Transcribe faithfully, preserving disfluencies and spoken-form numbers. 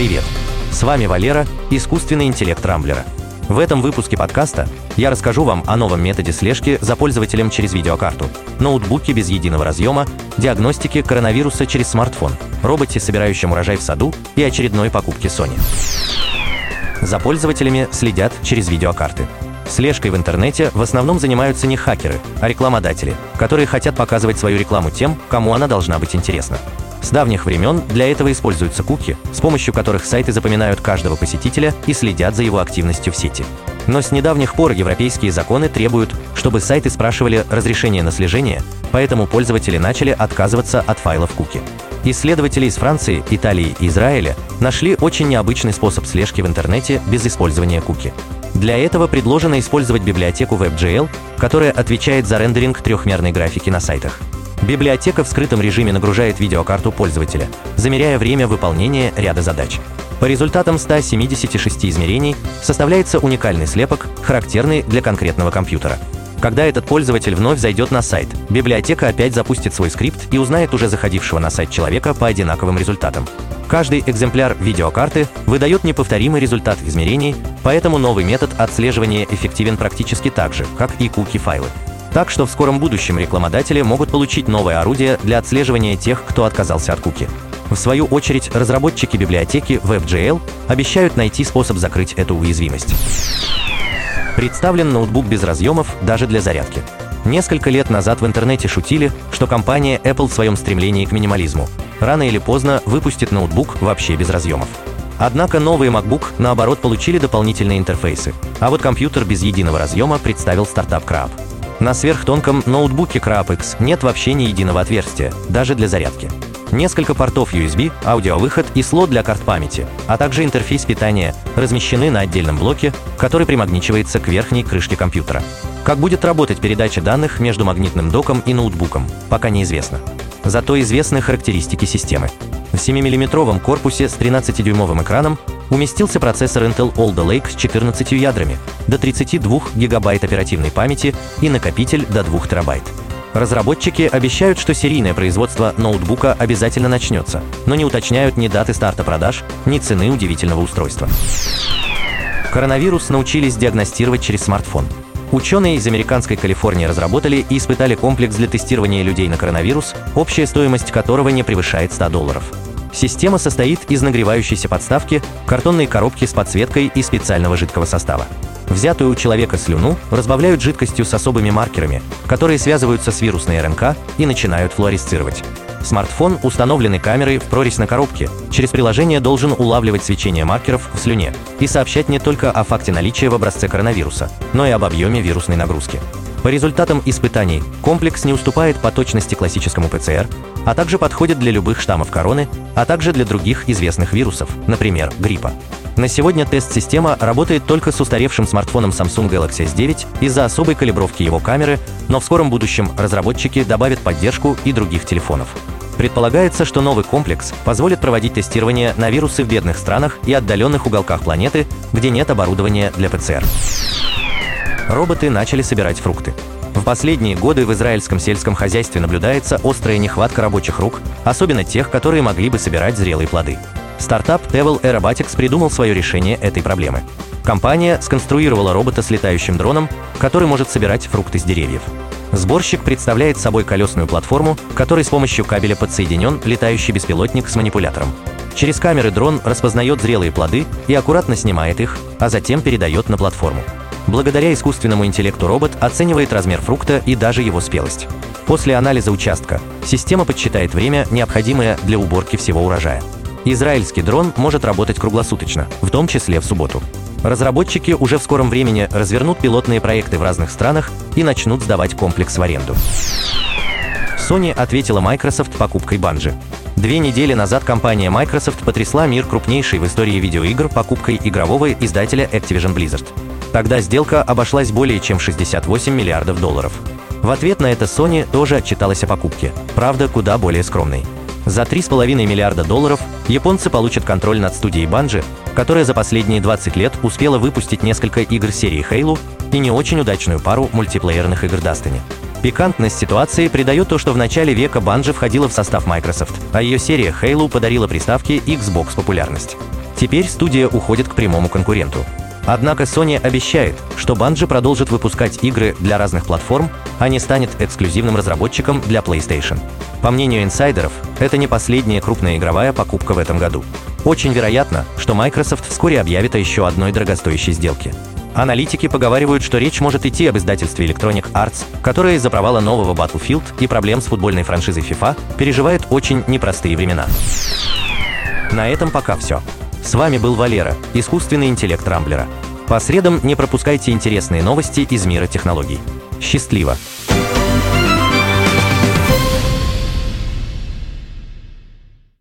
Привет! С вами Валера, искусственный интеллект Рамблера. В этом выпуске подкаста я расскажу вам о новом методе слежки за пользователем через видеокарту, ноутбуке без единого разъема, диагностике коронавируса через смартфон, роботе, собирающем урожай в саду, и очередной покупке Sony. За пользователями следят через видеокарты. Слежкой в интернете в основном занимаются не хакеры, а рекламодатели, которые хотят показывать свою рекламу тем, кому она должна быть интересна. С давних времен для этого используются куки, с помощью которых сайты запоминают каждого посетителя и следят за его активностью в сети. Но с недавних пор европейские законы требуют, чтобы сайты спрашивали разрешение на слежение, поэтому пользователи начали отказываться от файлов куки. Исследователи из Франции, Италии и Израиля нашли очень необычный способ слежки в интернете без использования куки. Для этого предложено использовать библиотеку WebGL, которая отвечает за рендеринг трехмерной графики на сайтах. Библиотека в скрытом режиме нагружает видеокарту пользователя, замеряя время выполнения ряда задач. По результатам ста семидесяти шести измерений составляется уникальный слепок, характерный для конкретного компьютера. Когда этот пользователь вновь зайдет на сайт, библиотека опять запустит свой скрипт и узнает уже заходившего на сайт человека по одинаковым результатам. Каждый экземпляр видеокарты выдает неповторимый результат измерений, поэтому новый метод отслеживания эффективен практически так же, как и куки-файлы. Так что в скором будущем рекламодатели могут получить новое орудие для отслеживания тех, кто отказался от куки. В свою очередь, разработчики библиотеки WebGL обещают найти способ закрыть эту уязвимость. Представлен ноутбук без разъемов даже для зарядки. Несколько лет назад в интернете шутили, что компания Apple в своем стремлении к минимализму рано или поздно выпустит ноутбук вообще без разъемов. Однако новые MacBook, наоборот, получили дополнительные интерфейсы, а вот компьютер без единого разъема представил стартап Crab. На сверхтонком ноутбуке Crab X нет вообще ни единого отверстия, даже для зарядки. Несколько портов ю эс би, аудиовыход и слот для карт памяти, а также интерфейс питания размещены на отдельном блоке, который примагничивается к верхней крышке компьютера. Как будет работать передача данных между магнитным доком и ноутбуком, пока неизвестно. Зато известны характеристики системы. В семимиллиметровом корпусе с тринадцатидюймовым экраном уместился процессор Intel Alder Lake с четырнадцатью ядрами, до тридцати двух гигабайт оперативной памяти и накопитель до двух терабайт. Разработчики обещают, что серийное производство ноутбука обязательно начнется, но не уточняют ни даты старта продаж, ни цены удивительного устройства. Коронавирус научились диагностировать через смартфон. Ученые из американской Калифорнии разработали и испытали комплекс для тестирования людей на коронавирус, общая стоимость которого не превышает ста долларов. Система состоит из нагревающейся подставки, картонной коробки с подсветкой и специального жидкого состава. Взятую у человека слюну разбавляют жидкостью с особыми маркерами, которые связываются с вирусной эр эн ка и начинают флуоресцировать. Смартфон, установленный камерой в прорезь на коробке, через приложение должен улавливать свечение маркеров в слюне и сообщать не только о факте наличия в образце коронавируса, но и об объеме вирусной нагрузки. По результатам испытаний комплекс не уступает по точности классическому пэ цэ эр, а также подходит для любых штаммов короны, а также для других известных вирусов, например, гриппа. На сегодня тест-система работает только с устаревшим смартфоном Samsung Galaxy эс девять из-за особой калибровки его камеры, но в скором будущем разработчики добавят поддержку и других телефонов. Предполагается, что новый комплекс позволит проводить тестирование на вирусы в бедных странах и отдаленных уголках планеты, где нет оборудования для пэ цэ эр. Роботы начали собирать фрукты. В последние годы в израильском сельском хозяйстве наблюдается острая нехватка рабочих рук, особенно тех, которые могли бы собирать зрелые плоды. Стартап Tevel Aerobatics придумал свое решение этой проблемы. Компания сконструировала робота с летающим дроном, который может собирать фрукты с деревьев. Сборщик представляет собой колесную платформу, к которой с помощью кабеля подсоединен летающий беспилотник с манипулятором. Через камеры дрон распознает зрелые плоды и аккуратно снимает их, а затем передает на платформу. Благодаря искусственному интеллекту робот оценивает размер фрукта и даже его спелость. После анализа участка система подсчитает время, необходимое для уборки всего урожая. Израильский дрон может работать круглосуточно, в том числе в субботу. Разработчики уже в скором времени развернут пилотные проекты в разных странах и начнут сдавать комплекс в аренду. Sony ответила Microsoft покупкой Bungie. Две недели назад компания Microsoft потрясла мир крупнейшей в истории видеоигр покупкой игрового издателя Activision Blizzard. Тогда сделка обошлась более чем в шестьдесят восемь миллиардов долларов. В ответ на это Sony тоже отчиталась о покупке, правда, куда более скромной. За три с половиной миллиарда долларов японцы получат контроль над студией Bungie, которая за последние двадцать лет успела выпустить несколько игр серии Halo и не очень удачную пару мультиплеерных игр Destiny. Пикантность ситуации придает то, что в начале века Bungie входила в состав Microsoft, а ее серия Halo подарила приставке Xbox популярность. Теперь студия уходит к прямому конкуренту. Однако Sony обещает, что Bungie продолжит выпускать игры для разных платформ, а не станет эксклюзивным разработчиком для PlayStation. По мнению инсайдеров, это не последняя крупная игровая покупка в этом году. Очень вероятно, что Microsoft вскоре объявит о еще одной дорогостоящей сделке. Аналитики поговаривают, что речь может идти об издательстве Electronic Arts, которое из-за провала нового Battlefield и проблем с футбольной франшизой FIFA переживает очень непростые времена. На этом пока все. С вами был Валера, искусственный интеллект Рамблера. По средам не пропускайте интересные новости из мира технологий. Счастливо!